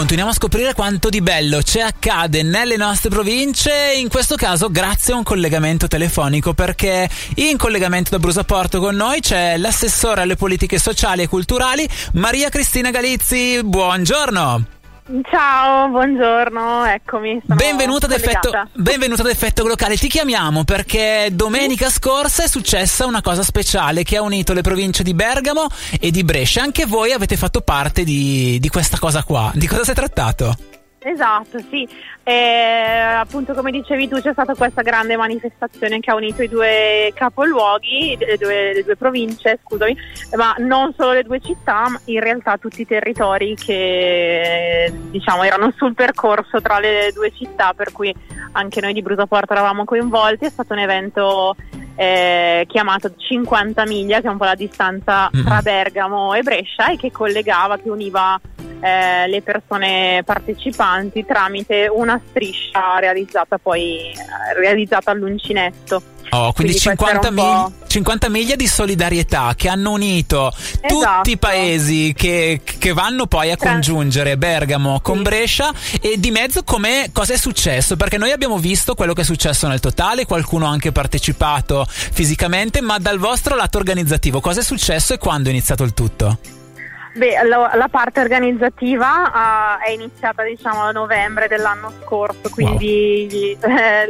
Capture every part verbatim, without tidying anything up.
continuiamo a scoprire quanto di bello ci accade nelle nostre province, in questo caso grazie a un collegamento telefonico, perché in collegamento da Brusaporto con noi c'è l'assessore alle politiche sociali e culturali Maria Cristina Galizzi. Buongiorno. Ciao, buongiorno, eccomi. Benvenuta ad, effetto, benvenuta ad Effetto Locale. Ti chiamiamo perché domenica scorsa è successa una cosa speciale che ha unito le province di Bergamo e di Brescia. Anche voi avete fatto parte di, di questa cosa qua. Di cosa si è trattato? Esatto, sì. E, appunto, come dicevi tu, c'è stata questa grande manifestazione che ha unito i due capoluoghi, le due, le due province, scusami, ma non solo le due città, ma in realtà tutti i territori che, diciamo, erano sul percorso tra le due città, per cui anche noi di Brusaporto eravamo coinvolti. È stato un evento eh, chiamato cinquanta miglia, che è un po' la distanza mm-hmm. tra Bergamo e Brescia, e che collegava, che univa Eh, le persone partecipanti tramite una striscia realizzata poi eh, realizzata all'uncinetto. Oh, quindi, quindi cinquanta, miglia, cinquanta miglia di solidarietà che hanno unito esatto. tutti i paesi che, che vanno poi a congiungere Bergamo con sì. Brescia. E di mezzo come cosa è successo? Perché noi abbiamo visto quello che è successo nel totale, qualcuno ha anche partecipato fisicamente, ma dal vostro lato organizzativo cosa è successo e quando è iniziato il tutto? Beh, la, la parte organizzativa uh, è iniziata, diciamo, a novembre dell'anno scorso, quindi wow. gli,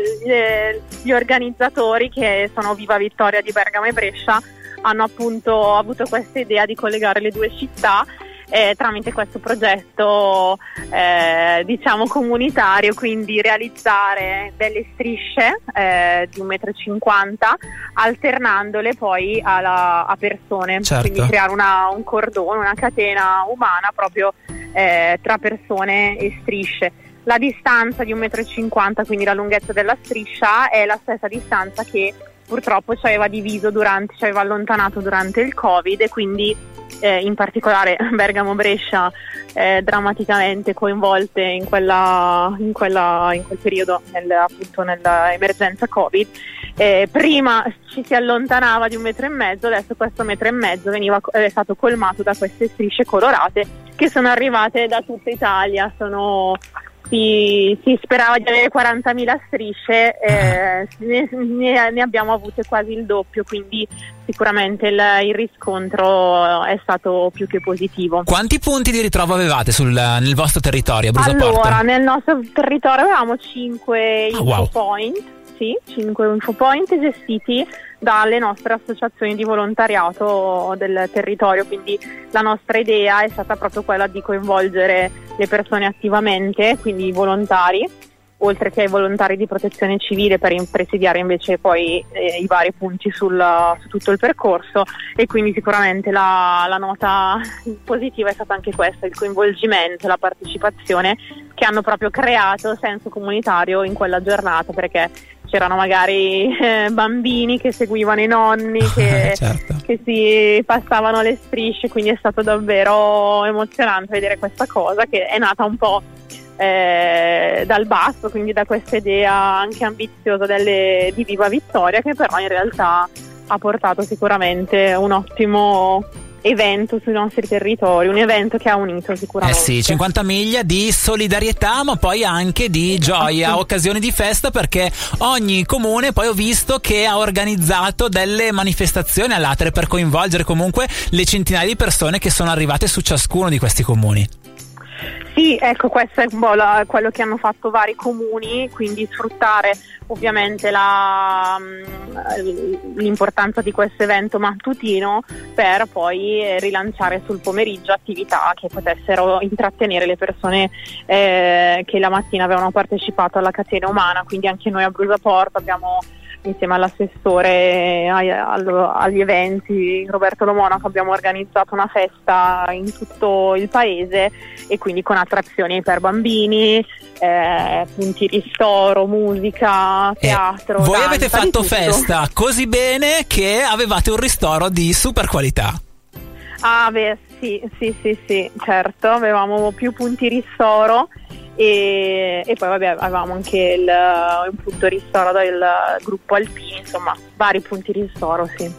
eh, gli organizzatori, che sono Viva Vittoria di Bergamo e Brescia, hanno appunto avuto questa idea di collegare le due città eh, tramite questo progetto eh, diciamo comunitario, quindi realizzare delle strisce eh, di un metro e cinquanta, alternandole poi alla, a persone, certo. quindi creare una, un cordone, una catena umana proprio eh, tra persone e strisce. La distanza di un metro e cinquanta, quindi la lunghezza della striscia, è la stessa distanza che purtroppo ci aveva diviso durante, ci aveva allontanato durante il Covid, e quindi eh, in particolare Bergamo-Brescia eh, drammaticamente coinvolte in quella, in quella, in quel periodo, nel, appunto nell'emergenza Covid. Eh, prima ci si allontanava di un metro e mezzo, adesso questo metro e mezzo veniva, è stato colmato da queste strisce colorate che sono arrivate da tutta Italia. Sono Si, si sperava di avere quarantamila strisce, eh, ne, ne abbiamo avute quasi il doppio, quindi sicuramente il, il riscontro è stato più che positivo. Quanti punti di ritrovo avevate sul, nel vostro territorio a Brusaporto? Allora, nel nostro territorio avevamo cinque oh, info wow. point, sì, cinque info point gestiti dalle nostre associazioni di volontariato del territorio, quindi la nostra idea è stata proprio quella di coinvolgere le persone attivamente, quindi i volontari, oltre che ai volontari di protezione civile, per presidiare invece poi eh, i vari punti sul, su tutto il percorso. E quindi sicuramente la, la nota positiva è stata anche questa, il coinvolgimento, la partecipazione, che hanno proprio creato senso comunitario in quella giornata, perché c'erano magari eh, bambini che seguivano i nonni, che, certo. che si passavano le strisce, quindi è stato davvero emozionante vedere questa cosa, che è nata un po' eh, dal basso, quindi da questa idea anche ambiziosa delle, di Viva Vittoria, che però in realtà ha portato sicuramente un ottimo evento sui nostri territori, un evento che ha unito sicuramente. Eh sì, cinquanta miglia di solidarietà, ma poi anche di gioia, occasioni di festa, perché ogni comune poi ho visto che ha organizzato delle manifestazioni all'atere per coinvolgere comunque le centinaia di persone che sono arrivate su ciascuno di questi comuni. Sì, ecco, questo è un po' la, quello che hanno fatto vari comuni, quindi sfruttare ovviamente la, l'importanza di questo evento mattutino per poi rilanciare sul pomeriggio attività che potessero intrattenere le persone eh, che la mattina avevano partecipato alla catena umana. Quindi anche noi a Brusaporto abbiamo, insieme all'assessore agli eventi Roberto Lo Monaco, abbiamo organizzato una festa in tutto il paese, e quindi con attrazioni per bambini, eh, punti ristoro, musica, teatro. Eh, voi danza, avete fatto festa così bene che avevate un ristoro di super qualità. Ah beh, sì, sì, sì, sì, certo, avevamo più punti ristoro. E, e poi vabbè, avevamo anche il, un punto ristoro del gruppo Alpini, insomma vari punti ristoro, sì.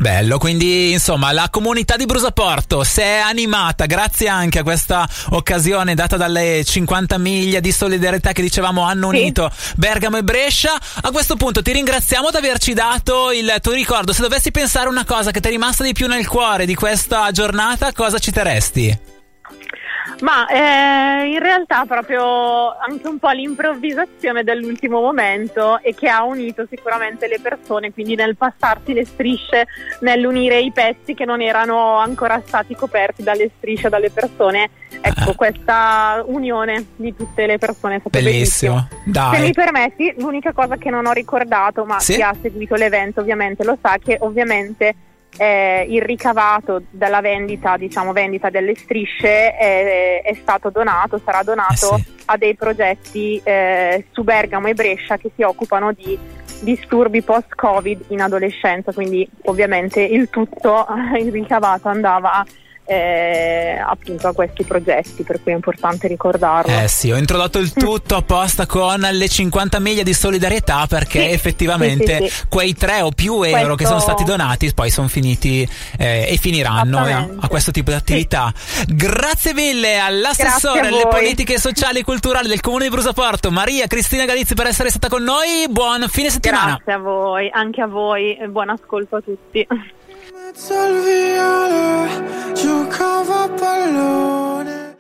Bello, quindi insomma la comunità di Brusaporto si è animata grazie anche a questa occasione data dalle cinquanta miglia di solidarietà che dicevamo hanno unito sì. Bergamo e Brescia. A questo punto ti ringraziamo di averci dato il tuo ricordo. Se dovessi pensare una cosa che ti è rimasta di più nel cuore di questa giornata, cosa citeresti? Ma eh, in realtà proprio anche un po' l'improvvisazione dell'ultimo momento e che ha unito sicuramente le persone, quindi nel passarsi le strisce, nell'unire i pezzi che non erano ancora stati coperti dalle strisce, dalle persone. Ecco, questa unione di tutte le persone è stata bellissimo. Dai. Se mi permetti, l'unica cosa che non ho ricordato, ma sì? chi ha seguito l'evento ovviamente lo sa, che ovviamente Eh, il ricavato dalla vendita, diciamo vendita delle strisce è, è stato donato, sarà donato eh sì. a dei progetti eh, su Bergamo e Brescia che si occupano di disturbi post-Covid in adolescenza, quindi ovviamente il tutto, il ricavato andava Eh, appunto a questi progetti, per cui è importante ricordarlo. Eh sì, ho introdotto il tutto apposta con le cinquanta miglia di solidarietà perché sì, effettivamente sì, sì, sì. quei tre o più euro questo... che sono stati donati poi sono finiti eh, e finiranno eh, a questo tipo di attività. Sì. Grazie mille all'assessore alle politiche sociali e culturali del Comune di Brusaporto, Maria Cristina Galizzi, per essere stata con noi. Buon fine settimana. Grazie a voi, anche a voi, e buon ascolto a tutti. Mezzo al viale giocava a pallone.